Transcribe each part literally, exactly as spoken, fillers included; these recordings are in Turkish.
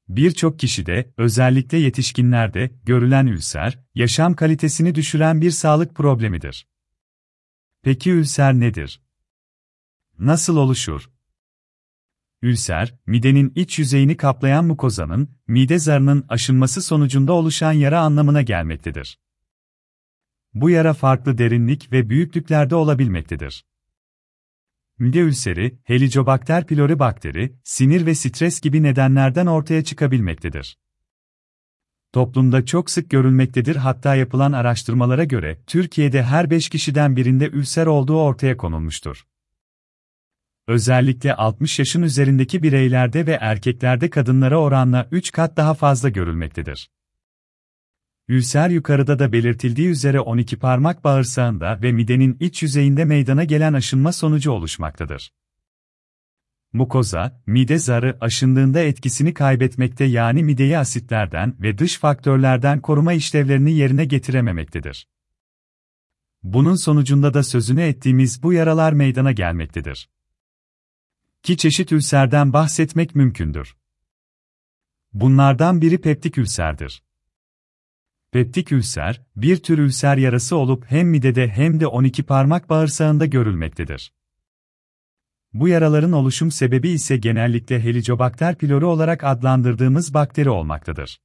Birçok kişide, özellikle yetişkinlerde, görülen ülser, yaşam kalitesini düşüren bir sağlık problemidir. Peki ülser nedir? Nasıl oluşur? Ülser, midenin iç yüzeyini kaplayan mukozanın, mide zarının aşınması sonucunda oluşan yara anlamına gelmektedir. Bu yara farklı derinlik ve büyüklüklerde olabilmektedir. Mide ülseri, Helicobacter pylori bakteri, sinir ve stres gibi nedenlerden ortaya çıkabilmektedir. Toplumda çok sık görülmektedir, hatta yapılan araştırmalara göre Türkiye'de her beş kişiden birinde ülser olduğu ortaya konulmuştur. Özellikle altmış yaşın üzerindeki bireylerde ve erkeklerde kadınlara oranla üç kat daha fazla görülmektedir. Ülser yukarıda da belirtildiği üzere on iki parmak bağırsağında ve midenin iç yüzeyinde meydana gelen aşınma sonucu oluşmaktadır. Mukoza, mide zarı aşındığında etkisini kaybetmekte, yani mideyi asitlerden ve dış faktörlerden koruma işlevlerini yerine getirememektedir. Bunun sonucunda da sözünü ettiğimiz bu yaralar meydana gelmektedir. İki çeşit ülserden bahsetmek mümkündür. Bunlardan biri peptik ülserdir. Peptik ülser, bir tür ülser yarası olup hem midede hem de on iki parmak bağırsağında görülmektedir. Bu yaraların oluşum sebebi ise genellikle Helicobacter pylori olarak adlandırdığımız bakteri olmaktadır.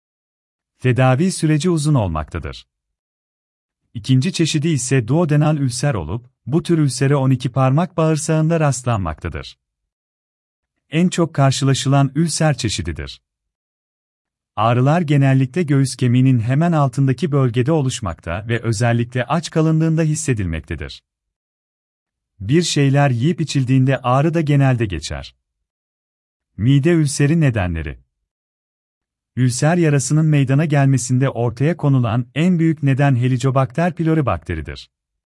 Tedavi süreci uzun olmaktadır. İkinci çeşidi ise duodenal ülser olup, bu tür ülsere on iki parmak bağırsağında rastlanmaktadır. En çok karşılaşılan ülser çeşididir. Ağrılar genellikle göğüs kemiğinin hemen altındaki bölgede oluşmakta ve özellikle aç kalındığında hissedilmektedir. Bir şeyler yiyip içildiğinde ağrı da genelde geçer. Mide ülseri nedenleri. Ülser yarasının meydana gelmesinde ortaya konulan en büyük neden Helicobacter pylori bakteridir.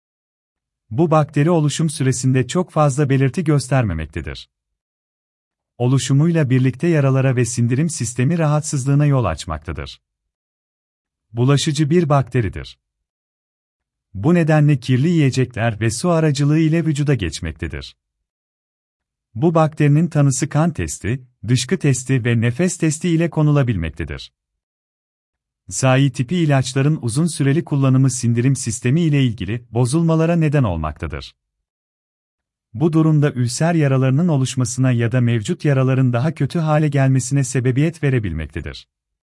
Bu bakteri oluşum süresinde çok fazla belirti göstermemektedir. Oluşumuyla birlikte yaralara ve sindirim sistemi rahatsızlığına yol açmaktadır. Bulaşıcı bir bakteridir. Bu nedenle kirli yiyecekler ve su aracılığı ile vücuda geçmektedir. Bu bakterinin tanısı kan testi, dışkı testi ve nefes testi ile konulabilmektedir. Zayi tipi ilaçların uzun süreli kullanımı sindirim sistemi ile ilgili bozulmalara neden olmaktadır. Bu durumda ülser yaralarının oluşmasına ya da mevcut yaraların daha kötü hale gelmesine sebebiyet verebilmektedir.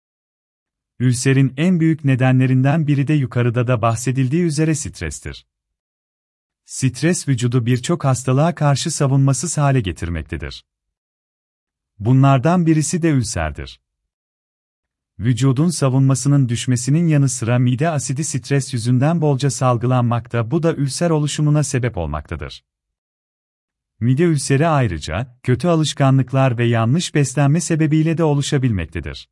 Ülserin en büyük nedenlerinden biri de yukarıda da bahsedildiği üzere strestir. Stres vücudu birçok hastalığa karşı savunmasız hale getirmektedir. Bunlardan birisi de ülserdir. Vücudun savunmasının düşmesinin yanı sıra mide asidi stres yüzünden bolca salgılanmakta, bu da ülser oluşumuna sebep olmaktadır. Mide ülseri ayrıca, kötü alışkanlıklar ve yanlış beslenme sebebiyle de oluşabilmektedir.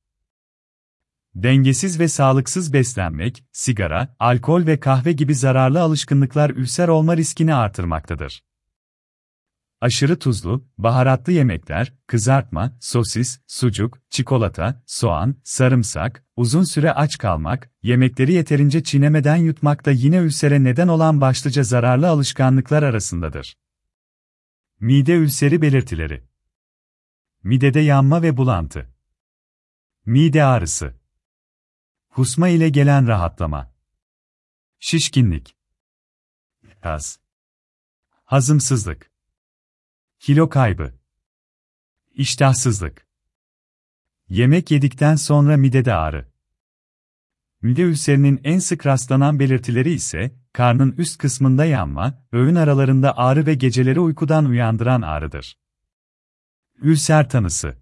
Dengesiz ve sağlıksız beslenmek, sigara, alkol ve kahve gibi zararlı alışkanlıklar ülser olma riskini artırmaktadır. Aşırı tuzlu, baharatlı yemekler, kızartma, sosis, sucuk, çikolata, soğan, sarımsak, uzun süre aç kalmak, yemekleri yeterince çiğnemeden yutmak da yine ülsere neden olan başlıca zararlı alışkanlıklar arasındadır. Mide ülseri belirtileri. Midede yanma ve bulantı. Mide ağrısı. Kusma ile gelen rahatlama. Şişkinlik. Gaz. Hazımsızlık. Kilo kaybı. İştahsızlık. Yemek yedikten sonra midede ağrı. Mide ülserinin en sık rastlanan belirtileri ise, karnın üst kısmında yanma, öğün aralarında ağrı ve geceleri uykudan uyandıran ağrıdır. Ülser tanısı.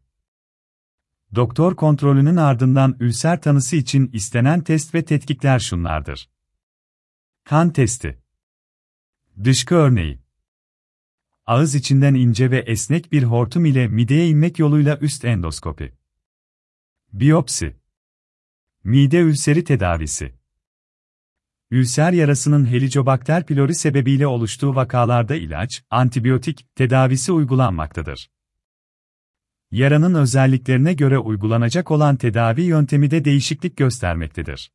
Doktor kontrolünün ardından ülser tanısı için istenen test ve tetkikler şunlardır. Kan testi. Dışkı örneği. Ağız içinden ince ve esnek bir hortum ile mideye inmek yoluyla üst endoskopi. Biyopsi. Mide ülseri tedavisi. Ülser yarasının Helicobacter pylori sebebiyle oluştuğu vakalarda ilaç, antibiyotik tedavisi uygulanmaktadır. Yaranın özelliklerine göre uygulanacak olan tedavi yöntemi de değişiklik göstermektedir.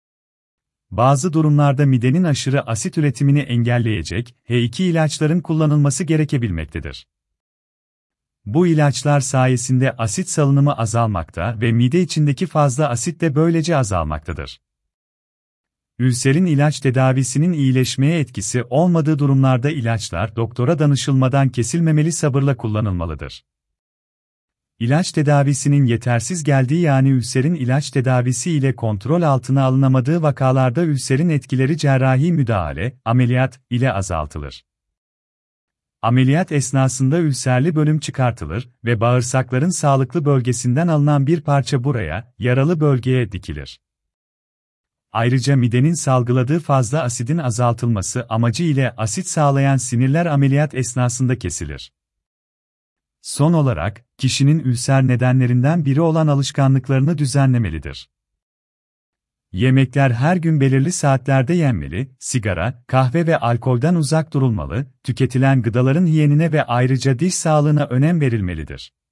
Bazı durumlarda midenin aşırı asit üretimini engelleyecek H iki ilaçların kullanılması gerekebilmektedir. Bu ilaçlar sayesinde asit salınımı azalmakta ve mide içindeki fazla asit de böylece azalmaktadır. Ülserin ilaç tedavisinin iyileşmeye etkisi olmadığı durumlarda ilaçlar doktora danışılmadan kesilmemeli, sabırla kullanılmalıdır. İlaç tedavisinin yetersiz geldiği yani ülserin ilaç tedavisi ile kontrol altına alınamadığı vakalarda ülserin etkileri cerrahi müdahale, ameliyat ile azaltılır. Ameliyat esnasında ülserli bölüm çıkartılır ve bağırsakların sağlıklı bölgesinden alınan bir parça buraya, yaralı bölgeye dikilir. Ayrıca midenin salgıladığı fazla asidin azaltılması amacı ile asit sağlayan sinirler ameliyat esnasında kesilir. Son olarak, kişinin ülser nedenlerinden biri olan alışkanlıklarını düzenlemelidir. Yemekler her gün belirli saatlerde yenmeli, sigara, kahve ve alkolden uzak durulmalı, tüketilen gıdaların hiyenine ve ayrıca diş sağlığına önem verilmelidir.